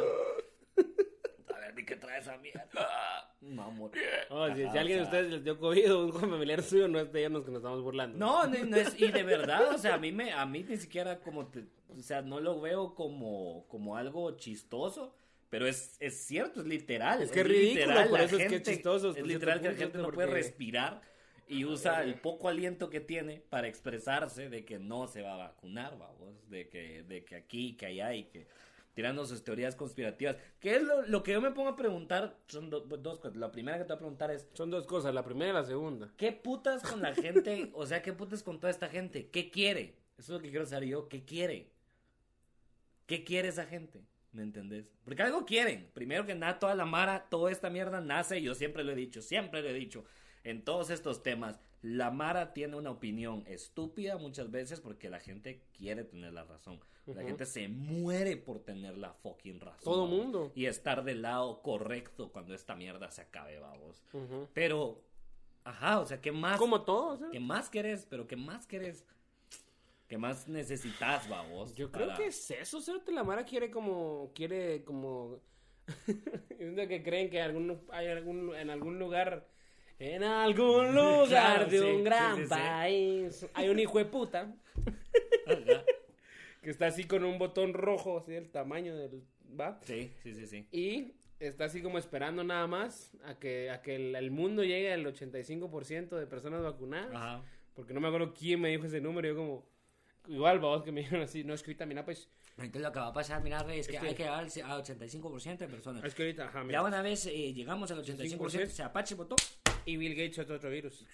A ver, ni qué trae esa mierda. No, amor. Oh, si, si alguien de ustedes les dio COVID o un familiar suyo, no es de ellos que nos estamos burlando. No, no, no es, y de verdad, o sea, a mí me, a mí ni siquiera como, te, o sea, no lo veo como, como algo chistoso. Pero es, es cierto, es literal. Es que es ridículo, literal, por eso gente, es que es chistoso. Es literal que la gente no porque... puede respirar y usa el poco aliento que tiene para expresarse de que no se va a vacunar, vamos, de que, de que aquí, que allá y que tirando sus teorías conspirativas. ¿Qué es lo, lo que yo me pongo a preguntar? Son do, dos cosas. La primera que te voy a preguntar es... Son dos cosas, la primera y la segunda. ¿Qué putas con la gente? O sea, ¿qué putas con toda esta gente? ¿Qué quiere? Eso es lo que quiero saber yo. ¿Qué quiere? ¿Qué quiere esa gente? ¿Me entendés? Porque algo quieren. Primero que nada, toda la mara, toda esta mierda nace, yo siempre lo he dicho, siempre lo he dicho, en todos estos temas, la mara tiene una opinión estúpida muchas veces porque la gente quiere tener la razón. Uh-huh. La gente se muere por tener la fucking razón. Todo mundo. Y estar del lado correcto cuando esta mierda se acabe, vamos. Uh-huh. Pero, ajá, o sea, ¿qué más? Como todos, ¿eh? ¿Qué más querés? Pero ¿qué más querés? ¿Qué más necesitas, babos? Yo creo para... que es eso, ¿cierto? La mara quiere como, quiere como, es de que creen que algún, hay algún, en algún lugar, en algún lugar claro, de sí, un gran sí, sí, país, sí. Hay un hijo de puta, que está así con un botón rojo, así del tamaño del, ¿va? Sí, sí, sí, sí. Y está así como esperando nada más a que, a que el, el mundo llegue al ochenta y cinco por ciento de personas vacunadas. Ajá. Porque no me acuerdo quién me dijo ese número, yo como... Igual, vamos, que me dijeron así, no, es que ahorita, mira, pues... Entonces lo que va a pasar, mira, es, es que, que hay que llegar al ochenta y cinco por ciento de personas. Es que ahorita, ajá, mira. Ya una vez eh, llegamos al ochenta y cinco por ciento, se apache botón. Y Bill Gates otro, otro virus.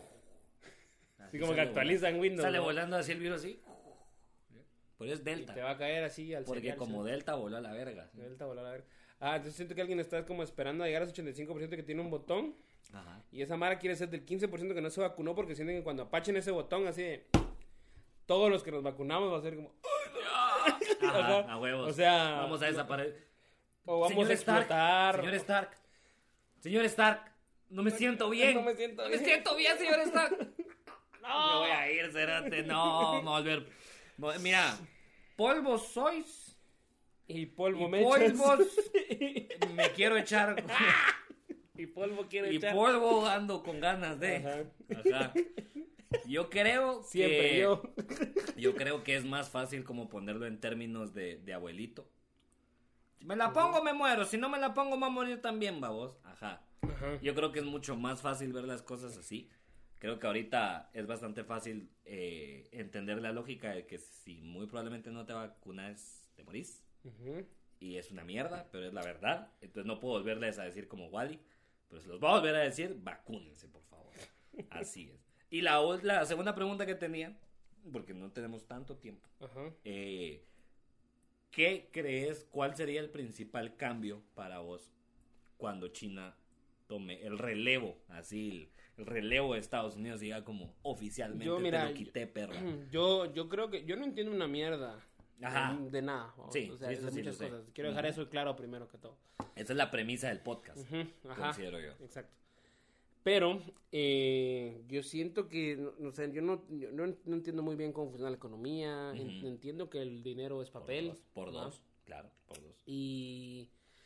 Así, así como que actualizan volando. Windows. Sale ¿no? volando así el virus, así. Por eso es Delta. Y te va a caer así al Porque como ¿sí? Delta voló a la verga. Delta voló a la verga. Ah, entonces siento que alguien está como esperando a llegar a ese ochenta y cinco por ciento que tiene un botón. Ajá. Y esa mara quiere ser del quince por ciento que no se vacunó porque sienten que cuando apachen ese botón así de... Todos los que nos vacunamos va a ser como... Ajá, a huevos. O sea... Vamos a desaparecer. O vamos señor a explotar. Stark, señor Stark. Señor Stark. No me siento bien. No me siento bien. No me siento bien, señor Stark. No. Me voy a ir, cerate. No, me voy a volver. Mira, polvos sois. Y polvo y me polvos me quiero echar. Y polvo quiero y echar. Y polvo ando con ganas de. Ajá. Ajá. Yo creo Siempre que, yo. Yo creo que es más fácil como ponerlo en términos de, de abuelito. Si me la pongo, me muero. Si no me la pongo, me va a morir también, babos. Ajá. Ajá. Yo creo que es mucho más fácil ver las cosas así. Creo que ahorita es bastante fácil eh, entender la lógica de que si muy probablemente no te vacunas, te morís. Uh-huh. Y es una mierda, pero es la verdad. Entonces no puedo volverles a decir como Wally. Pero se los voy a volver a decir, vacúnense, por favor. Así es. Y la, la segunda pregunta que tenía, porque no tenemos tanto tiempo, uh-huh. eh, ¿qué crees, cuál sería el principal cambio para vos cuando China tome el relevo, así, el, el relevo de Estados Unidos y diga como oficialmente yo, mira, te lo quité, perra? Yo, yo creo que, yo no entiendo una mierda Ajá. De, de nada, vamos. Sí, o sea, sí, de sí, muchas sí, cosas. Quiero dejar uh-huh. eso claro primero que todo. Esa es la premisa del podcast, uh-huh. Ajá. considero yo. Exacto. Pero eh, yo siento que, no, o sea, yo no, yo no, no entiendo muy bien cómo funciona la economía, uh-huh. en, entiendo que el dinero es papel. Por dos, por dos, claro, por dos. Y,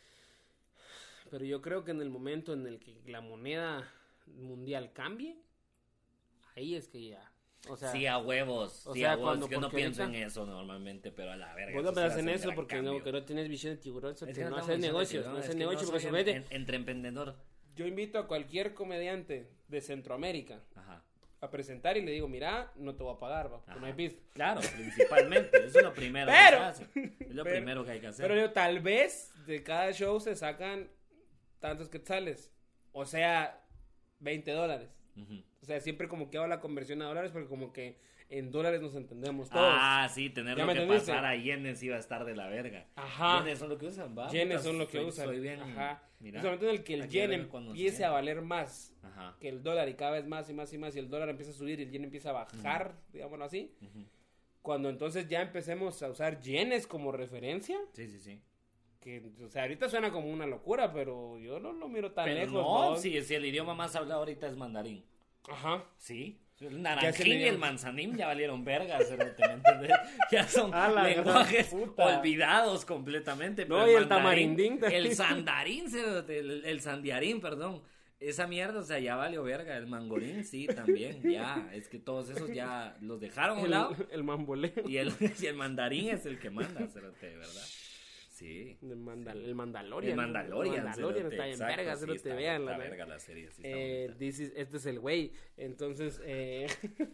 pero yo creo que en el momento en el que la moneda mundial cambie, ahí es que ya, o sea. Sí, a huevos, o sí, sea, a huevos, cuando, yo no pienso ahorita, en eso normalmente, pero a la verga. Vos no pensás en eso porque no, que no tienes visión de tiburón, es que no, no haces negocios, no haces negocios porque soy en, entre emprendedor. Yo invito a cualquier comediante de Centroamérica Ajá. a presentar y le digo, mira, no te voy a pagar, va, porque no hay pisto. Claro, principalmente, eso es lo primero pero, que se hace. Es lo pero, primero que hay que hacer. Pero yo, tal vez de cada show se sacan tantos quetzales. O sea, veinte dólares. Uh-huh. O sea, siempre como que hago la conversión a dólares porque como que en dólares nos entendemos todos. Ah, sí, tenerlo que entendiste? Pasar a yenes iba a estar de la verga. Ajá. Yenes son lo que usan, va. Yenes son lo que soy, usan. Soy bien, Ajá. Mira, es el momento en el que el yen empiece a valer más Ajá. que el dólar y cada vez más y más y más y el dólar empieza a subir y el yen empieza a bajar, uh-huh. digámoslo así. Uh-huh. Cuando entonces ya empecemos a usar yenes como referencia. Sí, sí, sí. Que, o sea, ahorita suena como una locura, pero yo no lo miro tan pero lejos. No, si, si el idioma más hablado ahorita es mandarín. Ajá. Sí. El naranjín y el manzanín ya valieron vergas, ¿me entiendes? Ya son lenguajes olvidados completamente. No, y el, el tamarindín también. El sandarín, el, el sandiarín, perdón. Esa mierda, o sea, ya valió verga. El mangorín, sí, también, ya. Es que todos esos ya los dejaron a un lado. El, el mamboleo. Y el, y el mandarín es el que manda, cerote, ¿verdad? Sí. El, mandal, el Mandalorian. El Mandalorian. El Mandalorian está en verga, se lo te vean. La verga la serie, sí eh, is, Este es el güey. Entonces, eh...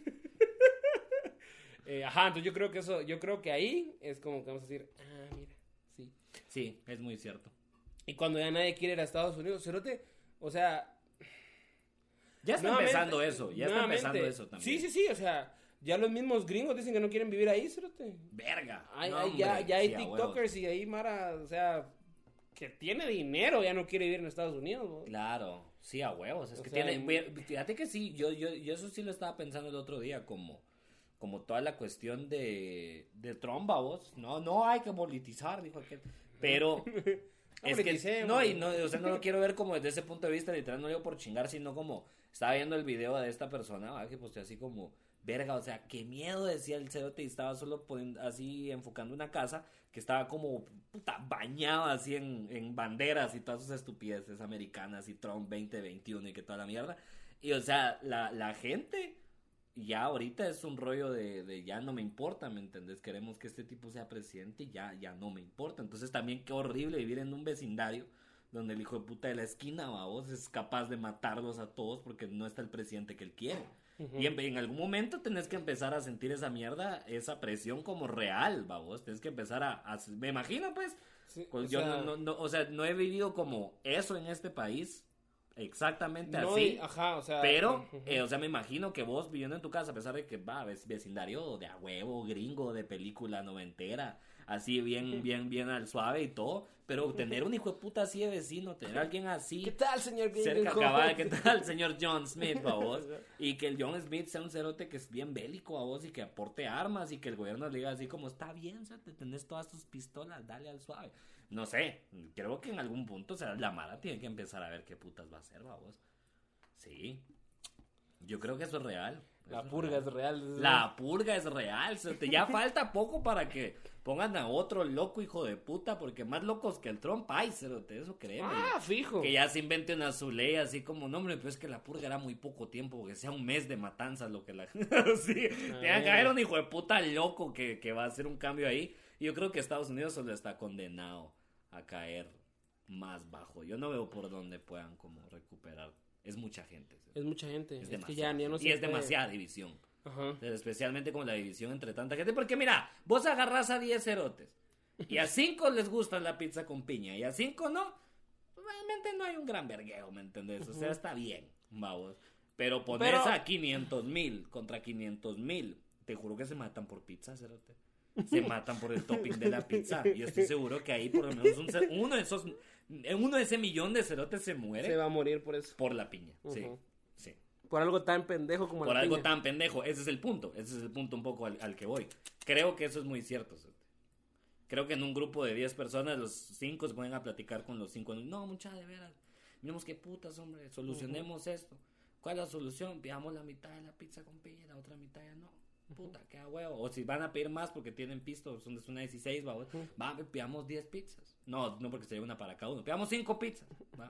eh, ajá, entonces yo creo que eso, yo creo que ahí es como que vamos a decir, ah, mira, sí. Sí, es muy cierto. Y cuando ya nadie quiere ir a Estados Unidos, cerote, o sea... Ya está empezando eso, ya está empezando eso también. Sí, sí, sí, o sea... Ya los mismos gringos dicen que no quieren vivir ahí, cerote. Verga. Hay, no, hay, hombre, ya, ya hay sí, TikTokers y ahí Mara, o sea, que tiene dinero, ya no quiere vivir en Estados Unidos, ¿no? Claro, sí, a huevos. Es o que sea, tiene, fíjate que sí, yo, yo, yo eso sí lo estaba pensando el otro día, como, como toda la cuestión de, de Trump, vos. No, no hay que politizar, dijo aquel. Pero... Es que, no, y no, o sea, no lo quiero ver como desde ese punto de vista, literal, no digo por chingar, sino como, estaba viendo el video de esta persona, ¿va? Que pues así como, verga, o sea, qué miedo, decía el cerote, y estaba solo poniendo, así enfocando una casa que estaba como, puta, bañada así en, en banderas y todas sus estupideces americanas y Trump veinte veintiuno y que toda la mierda, y o sea, la, la gente... Ya ahorita es un rollo de, de ya no me importa, ¿me entendés? Queremos que este tipo sea presidente y ya, ya no me importa. Entonces también qué horrible vivir en un vecindario donde el hijo de puta de la esquina, vos, es capaz de matarlos a todos porque no está el presidente que él quiere. Uh-huh. Y en, en algún momento tenés que empezar a sentir esa mierda, esa presión como real, vos. Tenés que empezar a, a me imagino pues, sí, pues yo sea... no, no, no, o sea, no he vivido como eso en este país. Exactamente no, así, y, ajá, o sea, pero, uh-huh. eh, o sea, me imagino que vos viviendo en tu casa, a pesar de que va, ves vecindario de a huevo, gringo, de película noventera, así bien, uh-huh. bien, bien al suave y todo, pero uh-huh. tener un hijo de puta así de vecino, tener a alguien así. ¿Qué tal, señor? Cerca cabal, ¿qué tal, señor John Smith, a vos? Y que el John Smith sea un cerote que es bien bélico a vos y que aporte armas y que el gobierno le diga así como, está bien, o sea, te tenés todas tus pistolas, dale al suave. No sé, creo que en algún punto, o sea, la Mara tiene que empezar a ver qué putas va a hacer, vamos. Sí. Yo creo que eso es real. La eso purga es real. es real. La purga es real. Ya falta poco para que pongan a otro loco hijo de puta, porque más locos que el Trump hay, eso créeme. Ah, fijo. Que ya se invente una su ley así como, no, hombre, pero es que la purga era muy poco tiempo, porque sea un mes de matanzas lo que la... sí, tenga que haber un hijo de puta loco que, que va a hacer un cambio ahí. Y yo creo que Estados Unidos solo está condenado a caer más bajo. Yo no veo por dónde puedan como recuperar. Es mucha gente. ¿sí? Es mucha gente. Es, es que ya, ya no se y es puede... demasiada división. Ajá. Especialmente con la división entre tanta gente. Porque mira, vos agarrás a diez cerotes y a cinco les gusta la pizza con piña y a cinco no. Realmente no hay un gran vergueo, ¿me entendés? O sea, está bien, vamos. Pero pones Pero... a quinientos mil contra quinientos mil. Te juro que se matan por pizza, cerote. Se matan por el topping de la pizza. Y estoy seguro que ahí por lo menos un, uno de esos, uno de ese millón de cerotes se muere. Se va a morir por eso. Por la piña, uh-huh. sí, sí. Por algo tan pendejo como por la algo piña. tan pendejo, ese es el punto. Ese es el punto un poco al, al que voy. Creo que eso es muy cierto. Cerote. Creo que en un grupo de diez personas, los cinco se ponen a platicar con los cinco. No, mucha de veras. Miremos qué putas, hombre. Solucionemos uh-huh. esto. ¿Cuál es la solución? Pidamos la mitad de la pizza con piña y la otra mitad ya no. Puta, qué a huevo. O si van a pedir más porque tienen pisto, son de una dieciséis, va, uh-huh. va, pidamos diez pizzas. No, no porque sería una para cada uno. Pidamos cinco pizzas, va.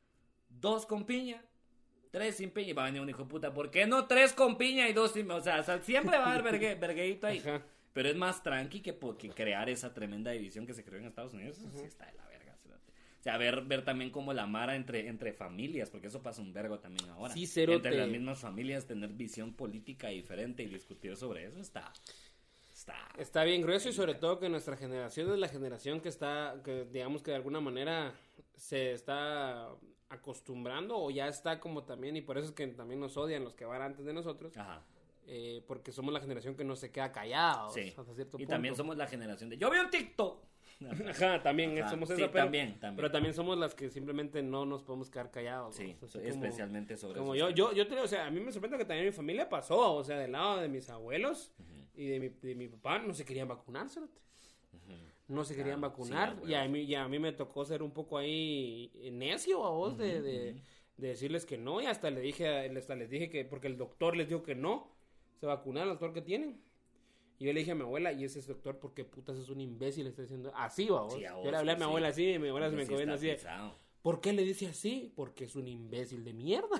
Dos con piña, tres sin piña. Y va a venir un hijo de puta, ¿por qué no tres con piña y dos sin piña? O sea, o sea siempre va a haber vergue, vergueito ahí. Uh-huh. Pero es más tranqui que, que crear esa tremenda división que se creó en Estados Unidos. Eso uh-huh. sí está de la verga. O sea, ver, ver también como la mara entre, entre familias, porque eso pasa un vergo también ahora. Sí, cerote. Entre las mismas familias, tener visión política diferente y discutir sobre eso está... Está, está bien grueso y sobre todo que nuestra generación es la generación que está, que digamos que de alguna manera se está acostumbrando o ya está como también, y por eso es que también nos odian los que van antes de nosotros. Ajá. Eh, porque somos la generación que no se queda callada. Sí. Hasta cierto y punto. También somos la generación de yo vi un TikTok. Ajá, también Ajá. somos sí, esa, pero, también, también. pero también somos las que simplemente no nos podemos quedar callados. Sí, o sea, especialmente como, sobre como eso. yo, yo, yo te, o sea, a mí me sorprende que también mi familia pasó, o sea, del lado de mis abuelos uh-huh. y de mi, de mi papá no se querían vacunar, ¿sabes? Uh-huh. No se querían ah, vacunar sí, y, a mí, y a mí me tocó ser un poco ahí necio a vos uh-huh, de, de, uh-huh. de decirles que no y hasta le dije, hasta les dije que porque el doctor les dijo que no se vacunaron, el doctor que tienen. Y yo le dije a mi abuela, y ese es doctor, ¿por qué putas es un imbécil? Está diciendo así, va vos. Sí, a vos yo le hablé a mi sí. abuela así, y mi abuela se me quedó viendo así. Pisado. ¿Por qué le dice así? Porque es un imbécil de mierda.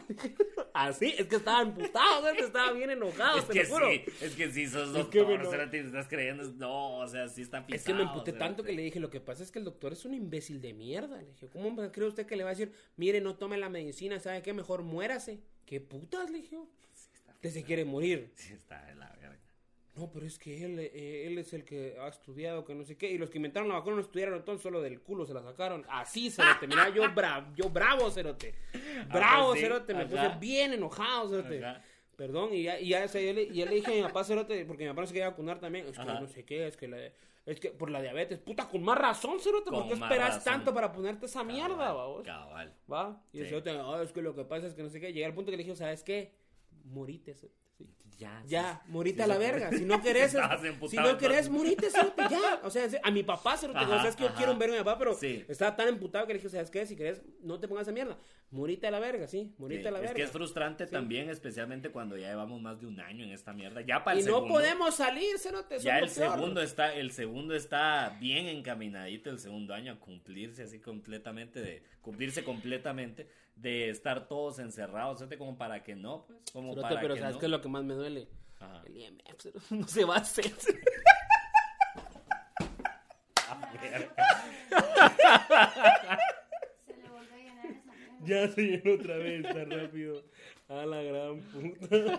Así, es que estaba emputado, ¿sabes? Estaba bien enojado, es te que lo juro. Sí, es que sí, sos doctor, es que me, no. te estás creyendo, no, o sea, sí está pisado. Es que me emputé tanto que le dije, lo que pasa es que el doctor es un imbécil de mierda. Le dije, ¿cómo cree usted que le va a decir, mire, no tome la medicina, ¿sabe qué? Mejor muérase. ¿Qué putas? Le dije, sí, usted se quiere morir. Sí, está de la verga. No, pero es que él, eh, él es el que ha estudiado, que no sé qué. Y los que inventaron la vacuna no estudiaron, entonces solo del culo se la sacaron. Así, cerote. Mira, yo, bra- yo bravo, cerote. Bravo, ah, pues sí. cerote. Me Ajá. puse bien enojado, cerote. Ajá. Perdón, y ya, y ya, o sea, yo, le, ya le dije a mi papá, cerote, porque mi papá no se quería vacunar también. Es que Ajá. no sé qué, es que la, es que por la diabetes. Puta, con más razón, cerote. ¿Por qué esperas razón. tanto para ponerte esa cabal, mierda, va vos? Cabal. Va. Y sí. el cerote, oh, es que lo que pasa es que no sé qué. Llegué al punto que le dije, ¿sabes qué? Morite, cerote. Sí. Ya, ya, sí, morite sí, a la verga. Si no querés, si no querés, morite, cerote, ya. O sea, a mi papá, cerote, o sea, es que yo quiero ver a mi papá, pero sí. estaba tan emputado que le dije, ¿sabes qué? Si querés, no te pongas esa mierda. Morite a la verga, sí, morite sí, a la es verga. Es que es frustrante sí. también, especialmente cuando ya llevamos más de un año en esta mierda. Ya para el y segundo, no podemos salir, cerote. Ya el segundo está, el segundo está bien encaminadito, el segundo año a cumplirse así completamente, de cumplirse completamente, de estar todos encerrados, cerote, como para que no, pues, como cerote, para pero que ¿sabes no? qué es lo que más me duele? Ajá. El I M F no se va a hacer. Se le volvió a llenar esa mierda. Ya se llenó otra vez, está rápido. A la gran puta.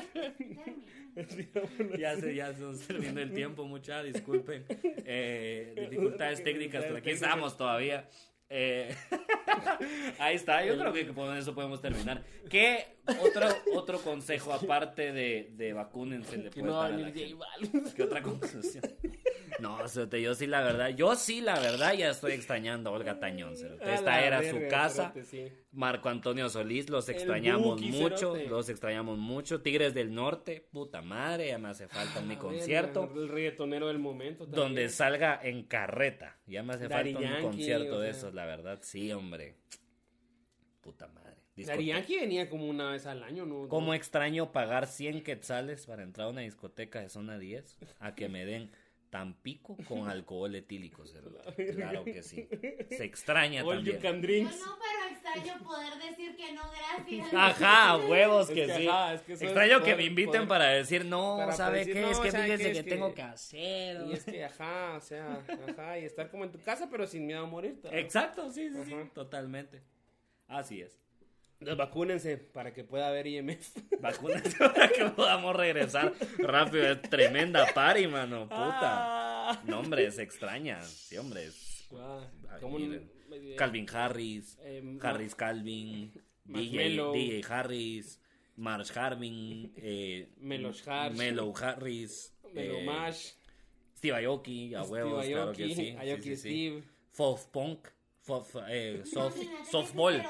ya se ya se nos terminó el tiempo, mucha disculpen. Eh, dificultades técnicas, pero aquí estamos todavía. Eh, ahí está, yo creo que con eso podemos terminar. ¿Qué otro otro consejo aparte de, de vacúnense le puede dar a la gente? ¿Qué otra conclusión? No, cerote, yo sí la verdad, yo sí la verdad ya estoy extrañando a Olga Tañón, cerote. Esta era verga, su casa. Cerote, sí. Marco Antonio Solís, los extrañamos Buki, mucho, cerote. los extrañamos mucho. Tigres del Norte, puta madre, ya me hace falta ah, mi concierto. El reggaetonero del momento también. Donde salga en carreta, ya me hace Daddy falta Yankee, un concierto o sea. de esos, la verdad, sí, hombre. Puta madre. Daddy Yankee venía como una vez al año, ¿no? Como extraño pagar cien quetzales para entrar a una discoteca de zona diez, a que me den Tampico con alcohol etílico, cerote. Claro que sí. Se extraña All también. You can drinks. No, no, pero extraño poder decir que no, gracias. Ajá, huevos que, es que sí. Ajá, es que extraño poder, que me inviten poder, para decir, no, para ¿sabe decir, qué? no, es que fíjese que, que, que tengo que hacer. Y es que, ajá, o sea, ajá, y estar como en tu casa, pero sin miedo a morir. ¿no? Exacto, sí, sí, sí, totalmente. Así es. Entonces, vacúnense para que pueda haber I M F. Vacúnense para que podamos regresar rápido. Es tremenda party, mano. Puta. No, hombre, se extraña. Sí, hombre. Es... Ah, como un... Calvin Harris. Eh, Harris Calvin. D J, D J Harris. Marsh Harvin. Eh, Melos Harris. Melo Harris. Melo eh, Mash. Steve Aoki. A huevos, Steve claro que sí. Aoki sí, sí, Steve. Sí. Fof Punk. Fof, eh, soft, softball.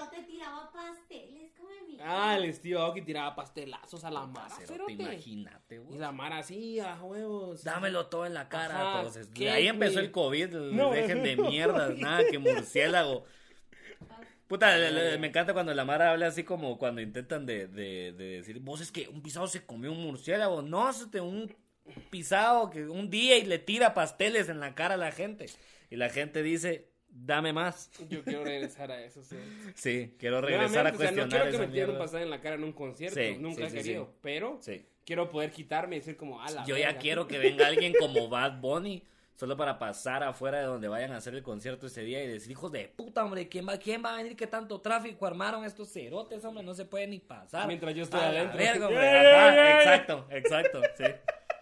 Ah, el Steve Aoki tiraba pastelazos a la mara. Imagínate, güey. Y la mara así, a huevos. Dámelo todo en la cara. Ajá, entonces. De ahí empezó güey? el COVID. No, dejen de mierda. Nada que murciélago. Puta, le, le, me encanta cuando la mara habla así como cuando intentan de, de, de decir, vos es que un pisado se comió un murciélago. No, es un pisado que un día y le tira pasteles en la cara a la gente. Y la gente dice... Dame más. Yo quiero regresar a eso, sí. Sí, quiero regresar a cuestionar. O sea, no quiero que me tiren un pasaje en la cara en un concierto. Sí, Nunca sí, he querido. Sí, sí. Pero sí. quiero poder quitarme y decir como, a la Yo verga. ya quiero que venga alguien como Bad Bunny, solo para pasar afuera de donde vayan a hacer el concierto ese día y decir, hijos de puta, hombre, ¿quién va, quién va a venir? ¿Qué tanto tráfico armaron estos cerotes, hombre? No se puede ni pasar. Mientras yo estoy a adentro. La verga, hombre. Ajá, exacto, exacto, sí.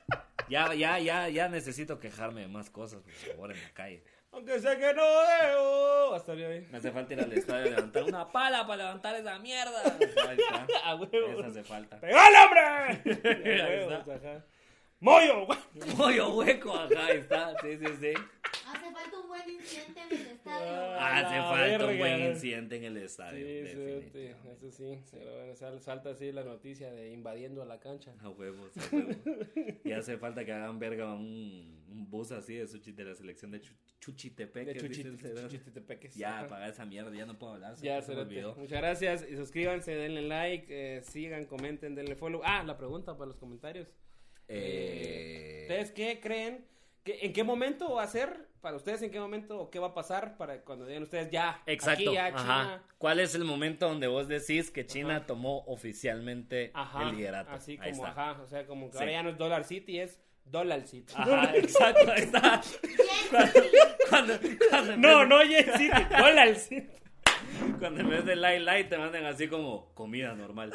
Ya, ya, ya, ya necesito quejarme de más cosas, por favor, en la calle. Aunque sé que no debo. Hasta ahí. Me hace falta ir al estadio a levantar una pala para levantar esa mierda. Ahí está. A huevo. Eso hace falta. ¡Pegale, hombre! Ahí está. Ajá. ¡Mollo, güey! Mollo hueco, ajá, ahí está. Sí, sí, sí. Hace falta un buen incidente en el estadio. Ah, Hace la falta un verga. buen incidente en el estadio. Sí, sí, definitivamente. eso sí. Pero bueno, sal- salta así la noticia de invadiendo a la cancha. A huevos, a huevos. Y hace falta que hagan verga un, un bus así de, Suchi, de la selección de Chu- Chuchitepec. De que dice el Chuchit- cerote. Chuchitepeques. Ya, Ajá. apaga esa mierda, ya no puedo hablar. Ya, se me cerote. olvidó. Muchas gracias. Y suscríbanse, denle like, eh, sigan, comenten, denle follow. Ah, la pregunta para los comentarios. Eh... ¿Ustedes qué creen? ¿Qué, ¿En qué momento va a ser? Para ustedes, ¿en qué momento o qué va a pasar para cuando digan ustedes ya? Exacto. Aquí ya Ajá. China. ¿Cuál es el momento donde vos decís que China Ajá. tomó oficialmente Ajá. el liderato? Así Ahí como, está. ajá. O sea, como que Sí. ahora ya no es Dollar City, es Dollar City. Ajá, exacto, ahí está. Cuando, cuando en No, vez no Jet City, Dollar City. de- Cuando en vez de light light te mandan así como comida normal.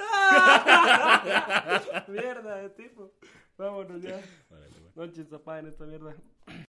Mierda de tipo. Vámonos ya. Órale, güey. Noches, papá, en esta mierda.